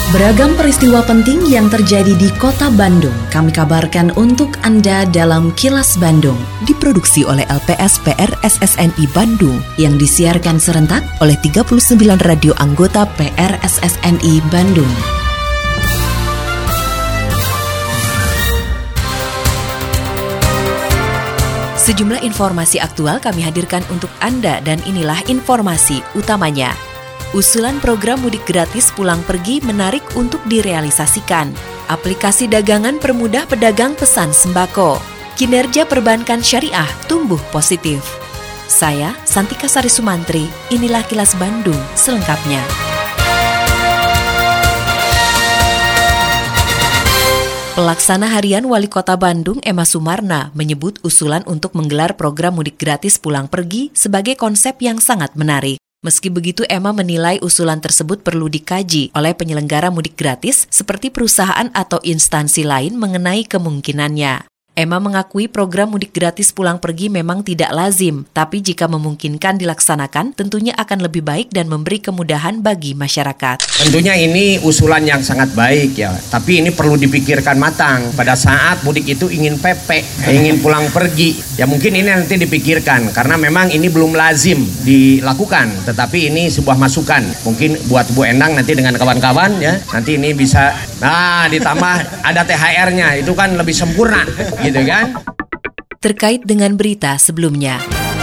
Beragam peristiwa penting yang terjadi di Kota Bandung kami kabarkan untuk Anda dalam Kilas Bandung. Diproduksi oleh LPS PRSSNI Bandung yang disiarkan serentak oleh 39 radio anggota PRSSNI Bandung. Sejumlah informasi aktual kami hadirkan untuk Anda dan inilah informasi utamanya. Usulan program mudik gratis pulang pergi menarik untuk direalisasikan. Aplikasi dagangan permudah pedagang pesan sembako. Kinerja perbankan syariah tumbuh positif. Saya, Santika Sari Sumantri, inilah Kilas Bandung selengkapnya. Pelaksana Harian Wali Kota Bandung, Emma Sumarna, menyebut usulan untuk menggelar program mudik gratis pulang pergi sebagai konsep yang sangat menarik. Meski begitu, Emma menilai usulan tersebut perlu dikaji oleh penyelenggara mudik gratis seperti perusahaan atau instansi lain mengenai kemungkinannya. Emma mengakui program mudik gratis pulang pergi memang tidak lazim, tapi jika memungkinkan dilaksanakan, tentunya akan lebih baik dan memberi kemudahan bagi masyarakat. Tentunya ini usulan yang sangat baik ya, tapi ini perlu dipikirkan matang. Pada saat mudik itu ingin pepek, ingin pulang pergi, ya mungkin ini nanti dipikirkan, karena memang ini belum lazim dilakukan, tetapi ini sebuah masukan. Mungkin buat Bu Endang nanti dengan kawan-kawan ya, nanti ini bisa, ditambah ada THR-nya, itu kan lebih sempurna. Gitu kan? Terkait dengan berita sebelumnya,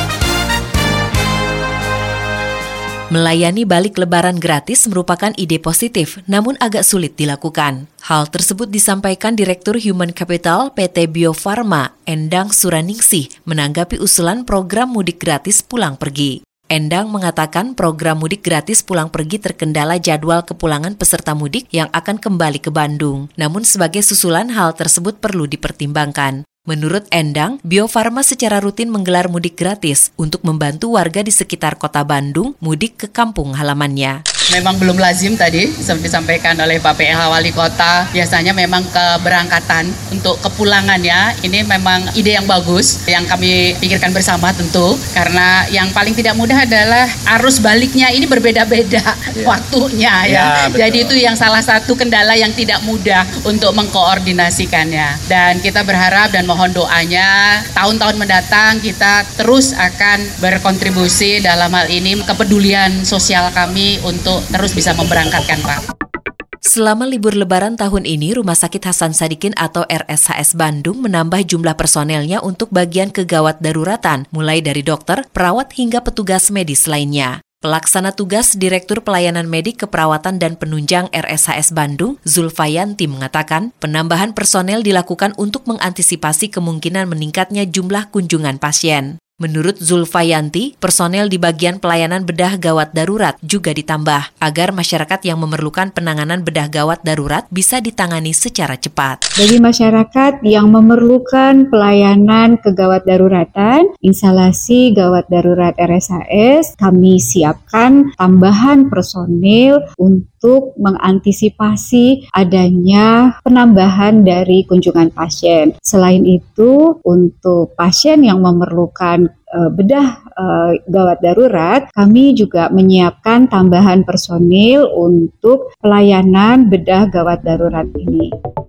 melayani balik lebaran gratis merupakan ide positif, namun agak sulit dilakukan. Hal tersebut disampaikan Direktur Human Capital PT Bio Farma, Endang Suraningsih, menanggapi usulan program mudik gratis pulang pergi. Endang mengatakan program mudik gratis pulang pergi terkendala jadwal kepulangan peserta mudik yang akan kembali ke Bandung. Namun sebagai susulan hal tersebut perlu dipertimbangkan. Menurut Endang, Bio Farma secara rutin menggelar mudik gratis untuk membantu warga di sekitar Kota Bandung mudik ke kampung halamannya. Memang belum lazim tadi, seperti disampaikan oleh Pak PLH Wali Kota, biasanya memang keberangkatan untuk kepulangan ya, ini memang ide yang bagus, yang kami pikirkan bersama tentu, karena yang paling tidak mudah adalah arus baliknya ini berbeda-beda waktunya ya. Jadi itu yang salah satu kendala yang tidak mudah untuk mengkoordinasikannya. Dan kita berharap dan mohon doanya, tahun-tahun mendatang kita terus akan berkontribusi dalam hal ini kepedulian sosial kami untuk terus bisa memberangkatkan, Pak. Selama libur lebaran tahun ini, Rumah Sakit Hasan Sadikin atau RSHS Bandung menambah jumlah personelnya untuk bagian kegawat daruratan, mulai dari dokter, perawat hingga petugas medis lainnya. Pelaksana tugas Direktur Pelayanan Medik Keperawatan dan Penunjang RSHS Bandung, Zulfayanti mengatakan, penambahan personel dilakukan untuk mengantisipasi kemungkinan meningkatnya jumlah kunjungan pasien. Menurut Zulfayanti, personel di bagian pelayanan bedah gawat darurat juga ditambah agar masyarakat yang memerlukan penanganan bedah gawat darurat bisa ditangani secara cepat. Bagi masyarakat yang memerlukan pelayanan kegawat daruratan, instalasi gawat darurat RSHS, kami siapkan tambahan personil untuk mengantisipasi adanya penambahan dari kunjungan pasien. Selain itu, untuk pasien yang memerlukan bedah gawat darurat, kami juga menyiapkan tambahan personil untuk pelayanan bedah gawat darurat ini.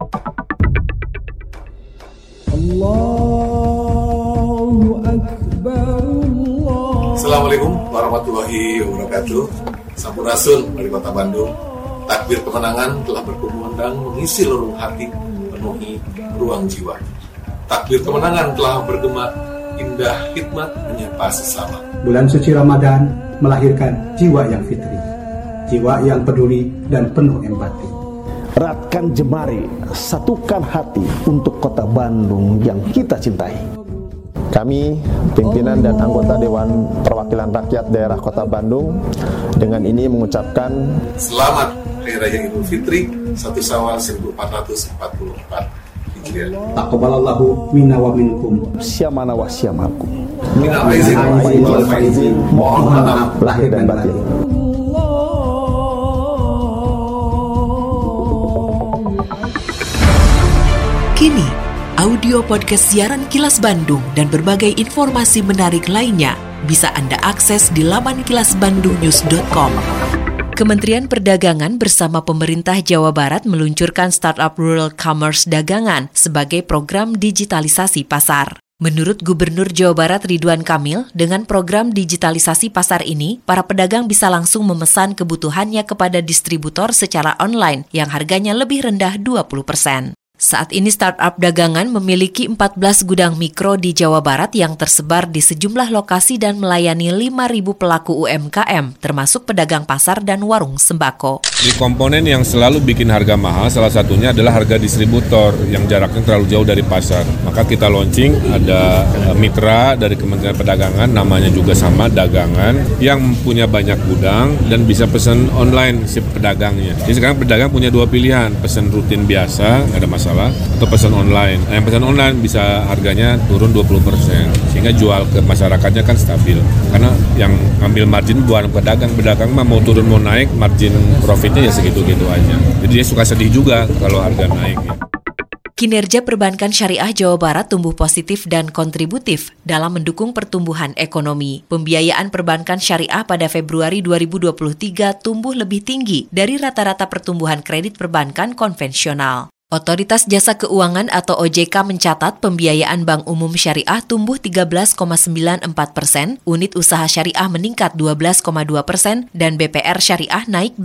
Allahu Akbar. Assalamualaikum warahmatullahi wabarakatuh. Sampurasun dari Kota Bandung. Takbir kemenangan telah berkumandang mengisi lorong hati, penuhi ruang jiwa. Takbir kemenangan telah bergema, indah hikmat menyapa sesama. Bulan suci Ramadan melahirkan jiwa yang fitri, jiwa yang peduli dan penuh empati. Eratkan jemari, satukan hati untuk Kota Bandung yang kita cintai. Kami, pimpinan dan anggota Dewan Perwakilan Rakyat Daerah Kota Bandung, dengan ini mengucapkan Selamat Hari Raya Idul Fitri 1 Syawal 1444 Hijriah. Taqabbalallahu minna wa minkum. Syamana wa syamakum. Minal aizin wal faizin. Mohon maaf lahir dan batin. Kini, audio podcast siaran Kilas Bandung dan berbagai informasi menarik lainnya bisa Anda akses di laman kilasbandungnews.com. Kementerian Perdagangan bersama pemerintah Jawa Barat meluncurkan Startup Rural Commerce Dagangan sebagai program digitalisasi pasar. Menurut Gubernur Jawa Barat Ridwan Kamil, dengan program digitalisasi pasar ini, para pedagang bisa langsung memesan kebutuhannya kepada distributor secara online yang harganya lebih rendah 20%. Saat ini startup dagangan memiliki 14 gudang mikro di Jawa Barat yang tersebar di sejumlah lokasi dan melayani 5.000 pelaku UMKM, termasuk pedagang pasar dan warung sembako. Di komponen yang selalu bikin harga mahal, salah satunya adalah harga distributor yang jaraknya terlalu jauh dari pasar. Maka kita launching, ada mitra dari Kementerian Perdagangan, namanya juga sama, dagangan, yang punya banyak gudang dan bisa pesan online si pedagangnya. Jadi sekarang pedagang punya dua pilihan, pesan rutin biasa, nggak ada masalah, atau pesan online. Nah, yang pesan online bisa harganya turun 20%, sehingga jual ke masyarakatnya kan stabil. Karena yang ambil margin bukan pedagang mah mau turun mau naik, margin profitnya ya segitu-gitu aja. Jadi dia suka sedih juga kalau harga naik. Kinerja perbankan syariah Jawa Barat tumbuh positif dan kontributif dalam mendukung pertumbuhan ekonomi. Pembiayaan perbankan syariah pada Februari 2023 tumbuh lebih tinggi dari rata-rata pertumbuhan kredit perbankan konvensional. Otoritas Jasa Keuangan atau OJK mencatat pembiayaan Bank Umum Syariah tumbuh 13,94%, unit usaha syariah meningkat 12,2%, dan BPR Syariah naik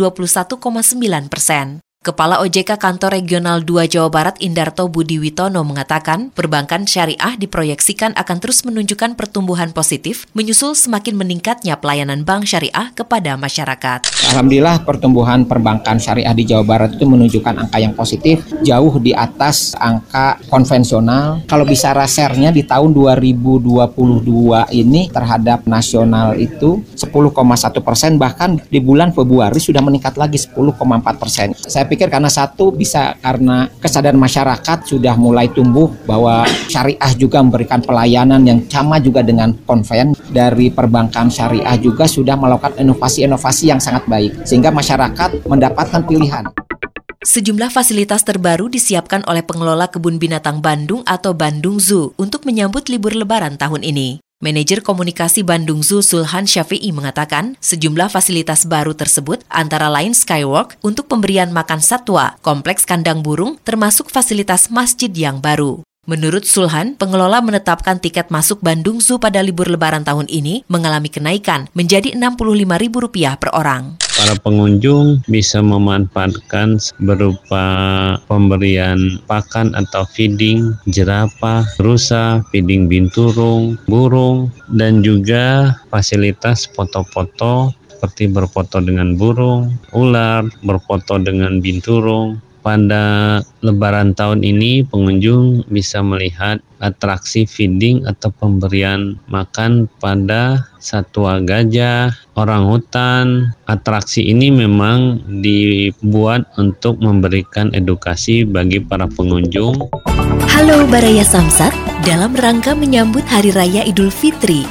21,9%. Kepala OJK Kantor Regional 2 Jawa Barat Indarto Budi Witono mengatakan perbankan syariah diproyeksikan akan terus menunjukkan pertumbuhan positif menyusul semakin meningkatnya pelayanan bank syariah kepada masyarakat. Alhamdulillah pertumbuhan perbankan syariah di Jawa Barat itu menunjukkan angka yang positif, jauh di atas angka konvensional. Kalau bicara share-nya di tahun 2022 ini terhadap nasional itu 10,1%, bahkan di bulan Februari sudah meningkat lagi 10,4%. Saya pikir karena satu bisa karena kesadaran masyarakat sudah mulai tumbuh bahwa syariah juga memberikan pelayanan yang sama juga dengan konven. Dari perbankan syariah juga sudah melakukan inovasi-inovasi yang sangat baik sehingga masyarakat mendapatkan pilihan. Sejumlah fasilitas terbaru disiapkan oleh pengelola Kebun Binatang Bandung atau Bandung Zoo untuk menyambut libur Lebaran tahun ini. Manajer Komunikasi Bandung Zoo Sulhan Syafi'i mengatakan sejumlah fasilitas baru tersebut antara lain Skywalk untuk pemberian makan satwa, kompleks kandang burung, termasuk fasilitas masjid yang baru. Menurut Sulhan, pengelola menetapkan tiket masuk Bandung Zoo pada libur Lebaran tahun ini mengalami kenaikan menjadi Rp65.000 per orang. Para pengunjung bisa memanfaatkan berupa pemberian pakan atau feeding jerapah, rusa, feeding binturung, burung, dan juga fasilitas foto-foto seperti berfoto dengan burung, ular, berfoto dengan binturung. Pada Lebaran tahun ini, pengunjung bisa melihat atraksi feeding atau pemberian makan pada satwa gajah, orangutan. Atraksi ini memang dibuat untuk memberikan edukasi bagi para pengunjung. Halo Baraya Samsat, dalam rangka menyambut Hari Raya Idul Fitri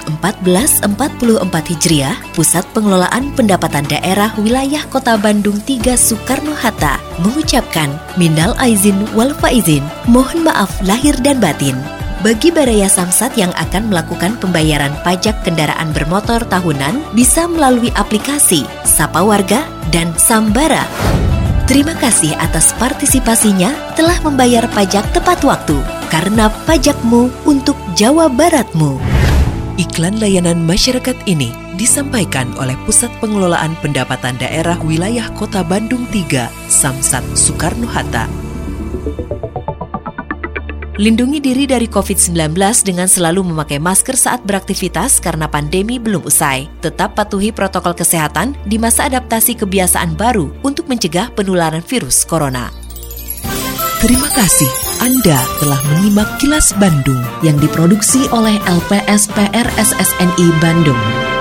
1444 Hijriah, Pusat Pengelolaan Pendapatan Daerah Wilayah Kota Bandung 3 Soekarno-Hatta mengucapkan Minal Aizin wal Faizin, mohon maaf lahir dan batin. Bagi Baraya Samsat yang akan melakukan pembayaran pajak kendaraan bermotor tahunan bisa melalui aplikasi Sapa Warga dan Sambara. Terima kasih atas partisipasinya telah membayar pajak tepat waktu karena pajakmu untuk Jawa Baratmu. Iklan layanan masyarakat ini disampaikan oleh Pusat Pengelolaan Pendapatan Daerah Wilayah Kota Bandung 3, Samsat Soekarno-Hatta. Lindungi diri dari COVID-19 dengan selalu memakai masker saat beraktivitas karena pandemi belum usai. Tetap patuhi protokol kesehatan di masa adaptasi kebiasaan baru untuk mencegah penularan virus corona. Terima kasih Anda telah menyimak Kilas Bandung yang diproduksi oleh LPSPR SSNI Bandung.